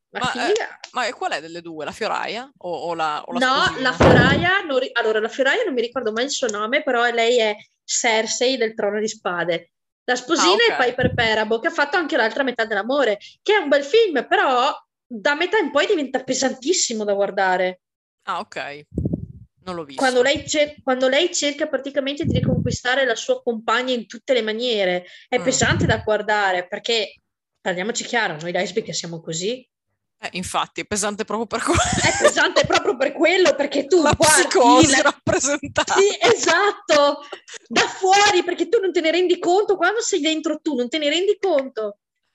Ma Ma, eh, figa. ma e qual è delle due? La fioraia o, o la, o la No, la sposina? fioraia, non ri- allora la fioraia non mi ricordo mai il suo nome, però lei è Cersei del Trono di Spade. La Ah, sposina ok. è Piper Perabo, che ha fatto anche l'altra metà dell'amore, che è un bel film, però da metà in poi diventa pesantissimo da guardare. Ah, ok. Non l'ho Quando visto. lei, cer- quando lei cerca praticamente di riconquistare la sua compagna in tutte le maniere, è pesante Mm. da guardare, perché, parliamoci chiaro, noi lesbiche siamo così. Eh, infatti, è pesante proprio per quello. È pesante proprio per quello, perché La tu guardi psicosi la... rappresentata. Sì, esatto, da fuori, perché tu non te ne rendi conto, quando sei dentro tu non te ne rendi conto.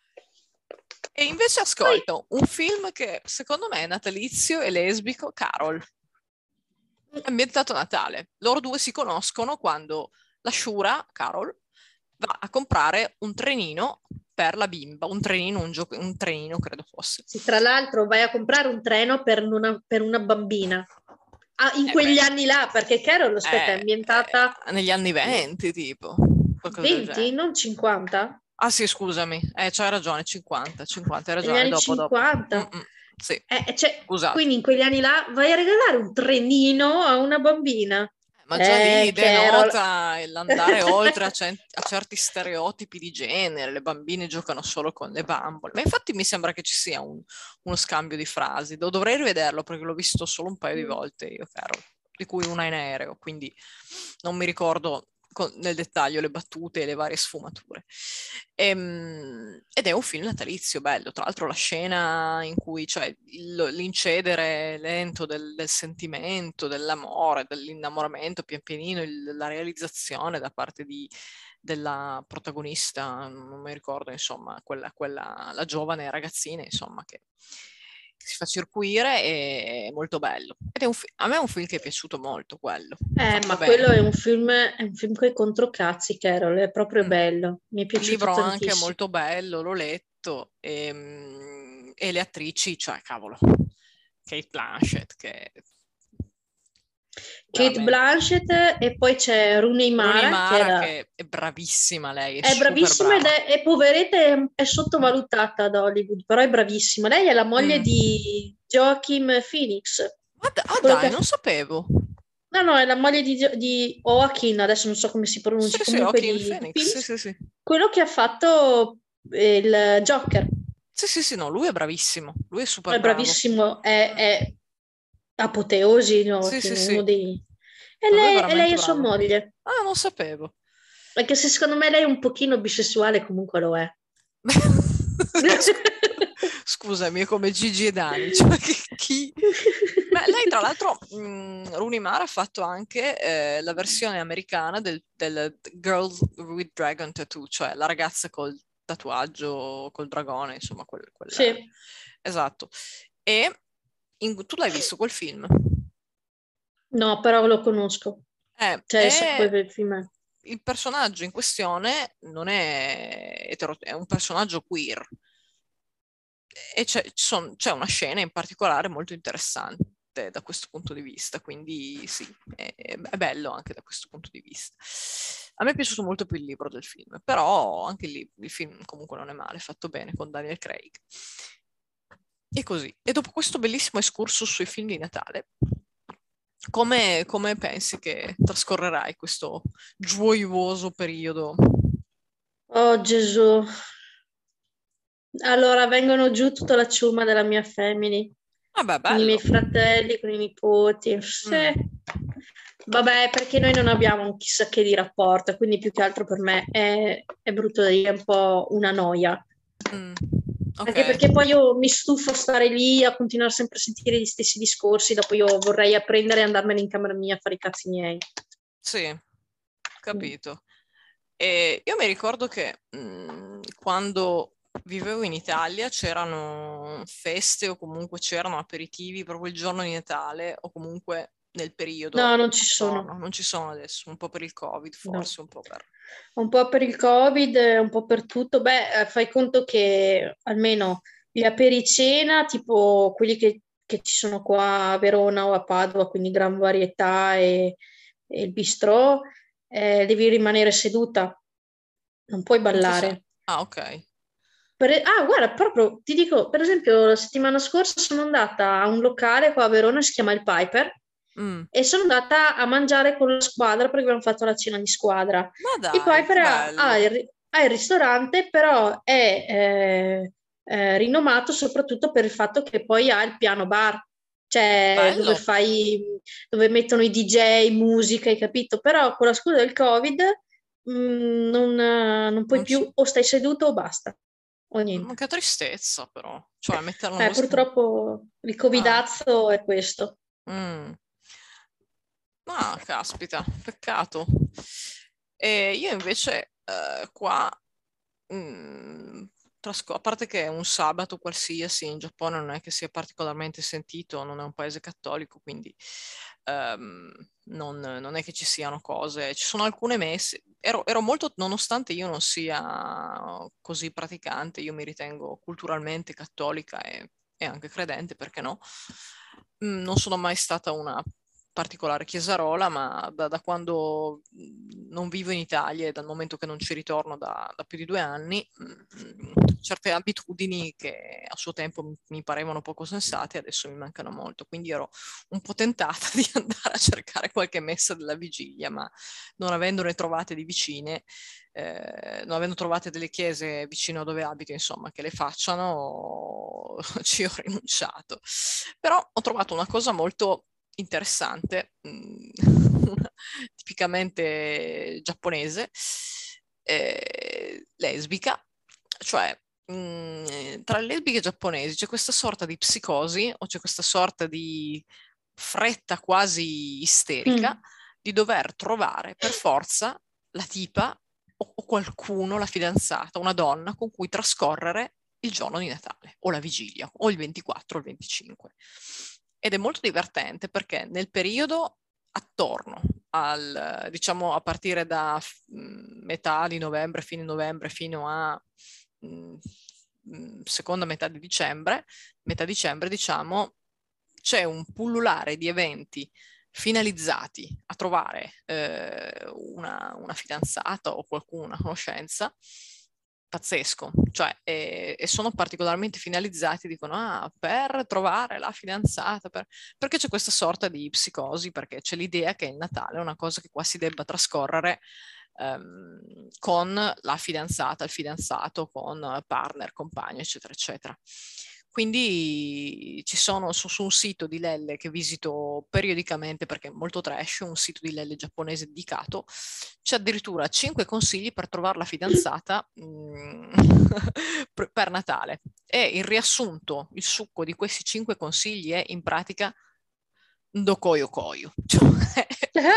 E invece Poi, ascolto un film che secondo me è natalizio e lesbico, Carol. È ambientato a Natale. Loro due si conoscono quando la Shura, Carol, va a comprare un trenino per la bimba, un trenino, un, gio- un trenino credo fosse. sì, tra l'altro vai a comprare un treno per una, per una bambina. Ah, in Eh beh, quegli anni là, perché Carol, aspetta, è eh, ambientata eh, negli anni venti tipo, qualcosa del venti, genere. non cinquanta? Ah sì, scusami, eh, c'hai ragione, cinquanta, cinquanta, hai Negli ragione, anni dopo, dopo. cinquanta. Mm-mm, sì, Eh, cioè, scusate. quindi in quegli anni là vai a regalare un trenino a una bambina. Ma già lì Eh, Carol. denota l'andare oltre a, cen- a certi stereotipi di genere, le bambine giocano solo con le bambole. Ma infatti mi sembra che ci sia un- uno scambio di frasi. Do- dovrei rivederlo perché l'ho visto solo un paio di Mm. volte io, caro, di cui una in aereo, quindi non mi ricordo con- nel dettaglio le battute e le varie sfumature. Ehm, ed è un film natalizio bello, tra l'altro la scena in cui, cioè, il- l'incedere lento del, del sentimento, dell'amore, dell'innamoramento, pian pianino, il- la realizzazione da parte di- della protagonista, non mi ricordo, insomma, quella, quella, la giovane ragazzina, insomma, che, che si fa circuire, è molto bello. Ed è un fi- a me è un film che è piaciuto molto, quello, Eh, fatto ma bene. quello è un film, è un film con i controcazzi, Carol, è proprio Mm. bello. Mi è Il piaciuto libro anche è tantissimo. molto bello, l'ho letto, e, mm, e le attrici, cioè, cavolo, Kate Blanchett, che Kate veramente... Blanchett e poi c'è Rooney Rooney Mara, che Mara, era, che è bravissima lei, è è super bravissima ed brava. è, e poveretta è, è sottovalutata ad Hollywood, però è bravissima. Lei è la moglie Mm. di Joaquin Phoenix, Ah, d- ah, quello che dai, ha... non sapevo. No, no, è la moglie di, Gio- di Joaquin, adesso non so come si Sì, pronunci, sì, comunque Joaquin di, di Phoenix, sì, Phoenix, sì, sì. quello che ha fatto eh, il Joker. Sì, sì, sì, no, lui è bravissimo, lui è super È bravo. bravissimo, è, è apoteosi, Sì, Joaquin, sì, uno sì, dei... E no, lui è lei, e lei veramente è sua bravo. moglie. Ah, non sapevo. Anche se secondo me lei è un pochino bisessuale, comunque lo è. Scu- Scusami, è come Gigi e Dani, cioè che chi... Ma lei, tra l'altro, mh, Rooney Mara ha fatto anche eh, la versione americana del, del Girl with Dragon Tattoo, cioè la ragazza col tatuaggio, col dragone, insomma, quel, quella... Sì, Esatto. E in- tu l'hai visto quel film? no, però lo conosco. Eh, Cioè, so è quel film è. il personaggio in questione non è etero, è un personaggio queer e c'è, ci son- c'è una scena in particolare molto interessante da questo punto di vista, quindi sì, è, è bello anche da questo punto di vista. A me è piaciuto molto più il libro del film, però anche lì il film comunque non è male, fatto bene con Daniel Craig. E così. E dopo questo bellissimo escursus sui film di Natale, come, come pensi che trascorrerai questo gioioso periodo? Oh Gesù. Allora, vengono giù tutta la ciuma della mia family, Vabbè, con i miei bello. fratelli, con i nipoti. Sì. Mm, Vabbè, perché noi non abbiamo un chissà che di rapporto, quindi più che altro per me è, è brutto da dire, è un po' una noia. mm, ok, Anche perché poi io mi stufo stare lì a continuare sempre a sentire gli stessi discorsi, dopo io vorrei apprendere e andarmene in camera mia a fare i cazzi miei. sì, Mm. capito. E io mi ricordo che mm, quando vivevo in Italia c'erano feste o comunque c'erano aperitivi proprio il giorno di Natale o comunque nel No, periodo non ci sono. attorno. Non ci sono adesso, un po' per il Covid No. forse, un po' per... Un po' per il Covid, un po' per tutto. Beh, eh, fai conto che almeno gli apericena, tipo quelli che, che ci sono qua a Verona o a Padova, quindi gran varietà e, e il bistrò, eh, devi rimanere seduta, non puoi In che senso? ballare. Ah, ok. Per- ah, guarda, proprio ti dico, per esempio, la settimana scorsa sono andata a un locale qua a Verona, si chiama il Piper, Mm. e sono andata a mangiare con la squadra perché abbiamo fatto la cena di squadra. Ma Il dai, Piper che ha, ha bello. il, ri- ha il ristorante, però è eh, eh, rinomato soprattutto per il fatto che poi ha il piano bar, cioè dove Bello. fai, dove mettono i D J, musica, hai capito? Però con la scusa del Covid mh, non, eh, non puoi Non ci... più, o stai seduto o basta, o Ma niente. che tristezza però. Cioè, mettere la Eh, musica... purtroppo il Ah. covidazzo è questo. Mm. Ah, caspita, peccato. E io invece eh, qua, mm, trasco- a parte che è un sabato qualsiasi in Giappone non è che sia particolarmente sentito, non è un paese cattolico, quindi ehm, non, non è che ci siano cose. Ci sono alcune messe. Ero, ero molto, nonostante io non sia così praticante, io mi ritengo culturalmente cattolica e, e anche credente, perché no? Mm, Non sono mai stata una particolare chiesarola, ma da, da quando mh, non vivo in Italia e dal momento che non ci ritorno da, da più di due anni, mh, certe abitudini che a suo tempo mi, mi parevano poco sensate adesso mi mancano molto. Quindi ero un po' tentata di andare a cercare qualche messa della vigilia, ma non avendone trovate di vicine, eh, non avendo trovate delle chiese vicino a dove abito, insomma, che le facciano, ci ho rinunciato. Però ho trovato una cosa molto interessante, mh, tipicamente giapponese, eh, lesbica, cioè mh, tra le lesbiche giapponesi c'è questa sorta di psicosi o c'è questa sorta di fretta quasi isterica Mm. di dover trovare per forza la tipa o, o qualcuno, la fidanzata, una donna con cui trascorrere il giorno di Natale o la vigilia o il ventiquattro o il venticinque. Ed è molto divertente perché nel periodo attorno al, diciamo, a partire da mh, metà di novembre, fine novembre, fino a mh, mh, seconda metà di dicembre, metà dicembre, diciamo, c'è un pullulare di eventi finalizzati a trovare eh, una, una fidanzata o qualcuno, una conoscenza, pazzesco, cioè, e, e sono particolarmente finalizzati, dicono, ah, per trovare la fidanzata, per... perché c'è questa sorta di psicosi, perché c'è l'idea che il Natale è una cosa che qua si debba trascorrere ehm, con la fidanzata, il fidanzato, con partner, compagno, eccetera, eccetera. Quindi ci sono su, su un sito di Lelle che visito periodicamente perché è molto trash, un sito di Lelle giapponese dedicato, c'è addirittura cinque consigli per trovare la fidanzata mh, per Natale. E il riassunto, il succo di questi cinque consigli è in pratica Ndokoyo Koyo, cioè,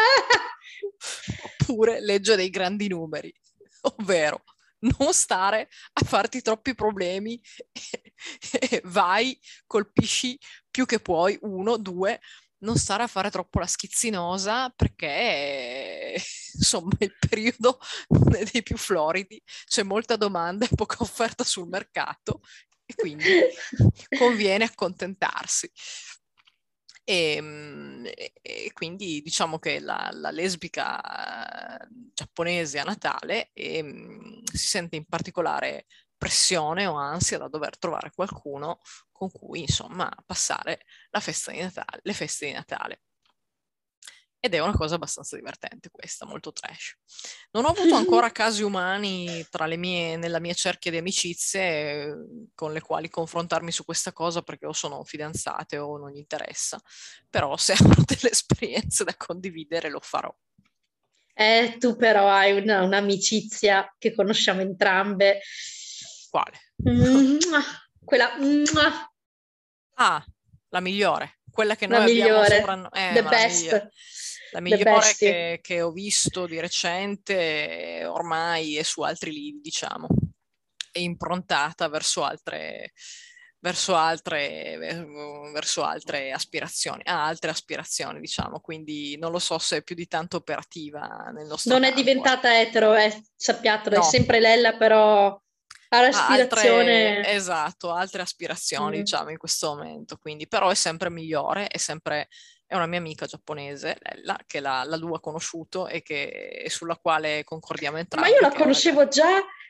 oppure legge dei grandi numeri, ovvero non stare a farti troppi problemi, e vai, colpisci più che puoi, uno, due, non stare a fare troppo la schizzinosa perché insomma il periodo non è dei più floridi, c'è molta domanda e poca offerta sul mercato e quindi conviene accontentarsi. E, mm, e- e quindi diciamo che la, la lesbica eh, giapponese a Natale e, mm, si sente in particolare pressione o ansia da dover trovare qualcuno con cui, insomma, passare la festa di Natale, le feste di Natale. Ed è una cosa abbastanza divertente questa, molto trash. Non ho avuto ancora casi umani tra le mie, nella mia cerchia di amicizie eh, con le quali confrontarmi su questa cosa perché o sono fidanzate o non gli interessa. Però se avrò delle esperienze da condividere lo farò. Eh, tu però hai una- un'amicizia che conosciamo entrambe. Quale? Mua, quella mua, Ah, la migliore, quella che la noi abbiamo migliore, soprannominato, eh, the ma la migliore. best, La the migliore bestie. che, che ho visto di recente, ormai è su altri lidi, diciamo, è improntata verso altre, verso altre, verso altre aspirazioni, ha altre aspirazioni, diciamo, quindi non lo so se è più di tanto operativa nel nostro Non è campo. eh. diventata etero, eh, sappiatelo, è No, sempre Lella, però ha ha altre, l'aspirazione. esatto, altre aspirazioni, Mm. diciamo, in questo momento, quindi, però è sempre migliore, è sempre, è una mia amica giapponese, Lella, che la, la Lu ha conosciuto e, che, e sulla quale concordiamo Ma io entrambi, la che è una grande... conoscevo già,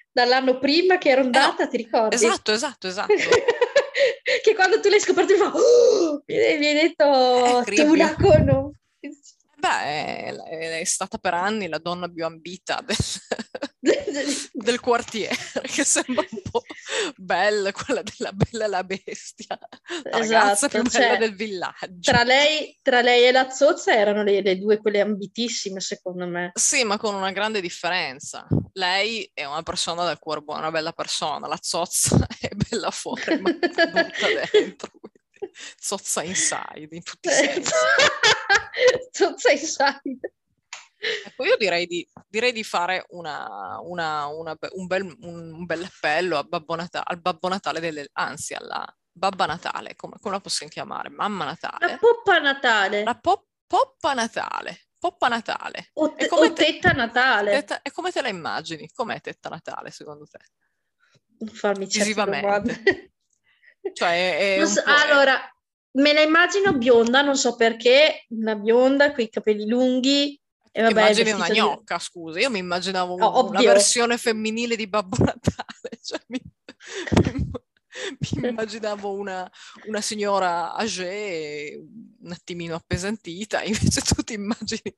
dall'anno prima che ero andata, eh no, ti ricordi? Esatto, esatto, esatto. Che quando tu l'hai scoperto mi fa, oh! mi hai detto, È tu la incredibile. conosci. Beh, è, è stata per anni la donna più ambita del, del quartiere, che sembra un po' bella, quella della Bella e la Bestia, la ragazza più Esatto, bella cioè del villaggio. tra lei, tra lei e la zozza erano le, le due quelle ambitissime, secondo me. Sì, ma con una grande differenza. Lei è una persona dal cuore buono, una bella persona, la zozza è bella fuori, ma brutta dentro. Quindi, zozza inside in tutti i sensi. Zozza inside. Ecco, io direi di, direi di fare una, una- una be- un, bel, un, un bel appello a Babbo Natale, al Babbo Natale, delle, anzi alla Babba Natale, come, come la possiamo chiamare? Mamma La Natale? poppa Natale La pop- Poppa Natale. Poppa Natale. o, E te- come o te, tetta Natale. tetta- e come te la immagini? Com'è Tetta Natale, secondo te? Non farmi certe Visivamente. domande. Cioè, è, è Non un so, po'... è- allora, me la immagino bionda, non so perché, una bionda con i capelli lunghi e Tu ti vabbè, immagini una vestito di... gnocca, scusa. Io mi immaginavo Oh, un- una ovvio. versione femminile di Babbo Natale. Cioè, mi, mi- mi immaginavo una, una signora âgée, un attimino appesantita, invece tu ti immagini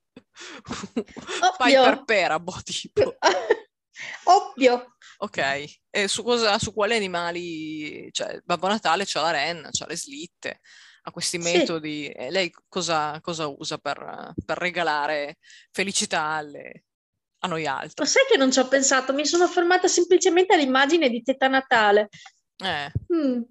Ovvio. Piper Perabo, tipo. Ovvio. Ok, e su, cosa, su quali animali, cioè Babbo Natale c'ha la renna, c'ha le slitte, ha questi Sì. metodi, e lei cosa, cosa usa per, per regalare felicità alle- a noi Ma altri? sai che non ci ho pensato? Mi sono fermata semplicemente all'immagine di Tetta Natale. Eh, Mm.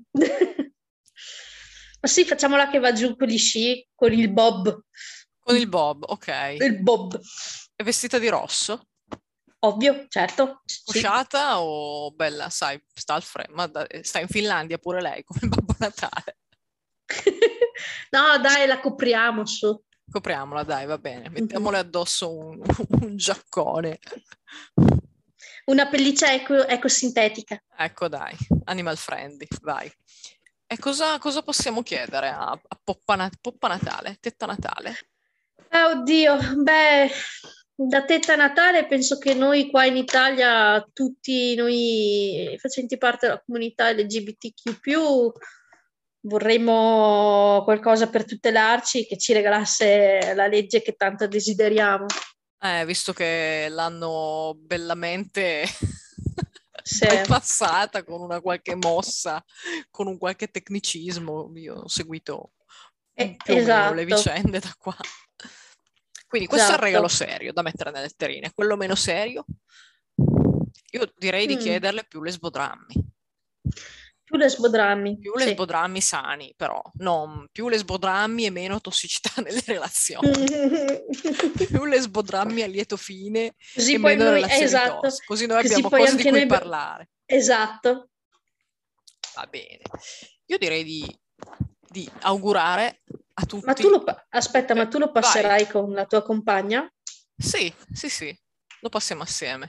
Ma sì, facciamola che va giù con gli sci, con il bob. con il bob, ok. È Il bob. vestita di rosso? Ovvio, certo. Sì. Cosciata o bella, sai, sta al freddo, ma da- sta in Finlandia pure lei, come Babbo Natale. No, dai, la copriamo su. Copriamola, dai, va bene, Mhm. mettiamole addosso un, un giaccone. Una pelliccia eco- ecosintetica. Ecco, dai, animal friendly, vai. E cosa, cosa possiamo chiedere a, a Poppa, Na- Poppa Natale, Tetta Natale? Eh, oddio, beh, da Tetta Natale penso che noi qua in Italia, tutti noi facenti parte della comunità L G B T Q più, vorremmo qualcosa per tutelarci che ci regalasse la legge che tanto desideriamo. Eh, visto che l'hanno bellamente Sì. bypassata con una qualche mossa, con un qualche tecnicismo, io ho seguito Eh, più o meno le esatto, vicende da qua. Quindi questo è il regalo esatto. serio da mettere nelle letterine. Quello meno serio, io direi di Mm. chiederle più lesbodrammi. Più lesbodrammi, Più sì. lesbodrammi sani, però, non più lesbodrammi e meno tossicità nelle relazioni. Più lesbodrammi a lieto fine e Così poi meno noi, eh, relazioni esatto, tossiche. Così noi così abbiamo poi cose di anche cui noi, parlare. esatto. Va bene. Io direi di, di augurare a Ma tu tutti... lo, pa- aspetta, ma Beh, tu lo vai. passerai con la tua compagna? Sì, sì, sì, lo passiamo assieme.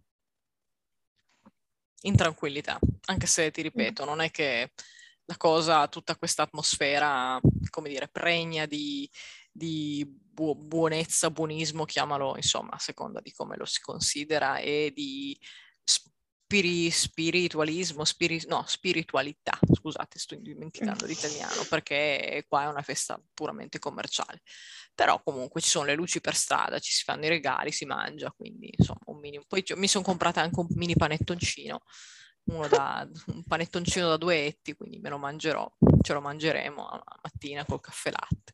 In tranquillità, anche se ti Mm. ripeto, non è che la cosa, tutta questa atmosfera, come dire, pregna di, di buo- buonezza, buonismo, chiamalo, insomma, a seconda di come lo si considera, e di spiri- spiritualismo, spiri- no, spiritualità, scusate, sto dimenticando l'italiano, perché qua è una festa puramente commerciale. Però comunque ci sono le luci per strada, ci si fanno i regali, si mangia, quindi insomma un mini... Poi mi sono comprata anche un mini panettoncino, uno da, un panettoncino da due etti, quindi me lo mangerò, ce lo mangeremo a mattina col caffè latte.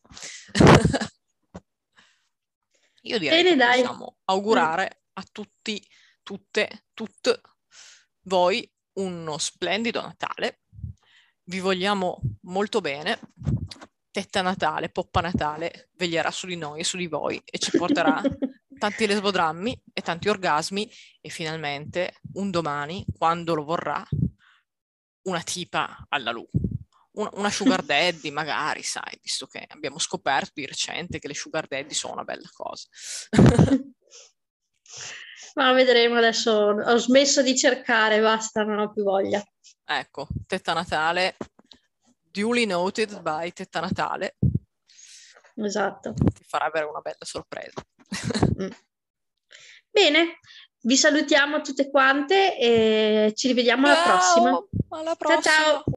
Io direi che Bene, dai. possiamo Mm. augurare a tutti, tutte, tutte voi uno splendido Natale. Vi vogliamo molto bene. Tetta Natale, Poppa Natale veglierà su di noi e su di voi e ci porterà tanti lesbodrammi e tanti orgasmi e finalmente un domani, quando lo vorrà, una tipa alla Lu. Un- Una sugar daddy magari, sai, visto che abbiamo scoperto di recente che le sugar daddy sono una bella cosa. Ma vedremo adesso. Ho smesso di cercare, basta, non ho più voglia. Ecco, Tetta Natale, duly noted by Tetta Natale, Esatto. ti farà avere una bella sorpresa. Mm. Bene, Vi salutiamo tutte quante e ci rivediamo alla prossima. Ciao, alla Ciao ciao! prossima.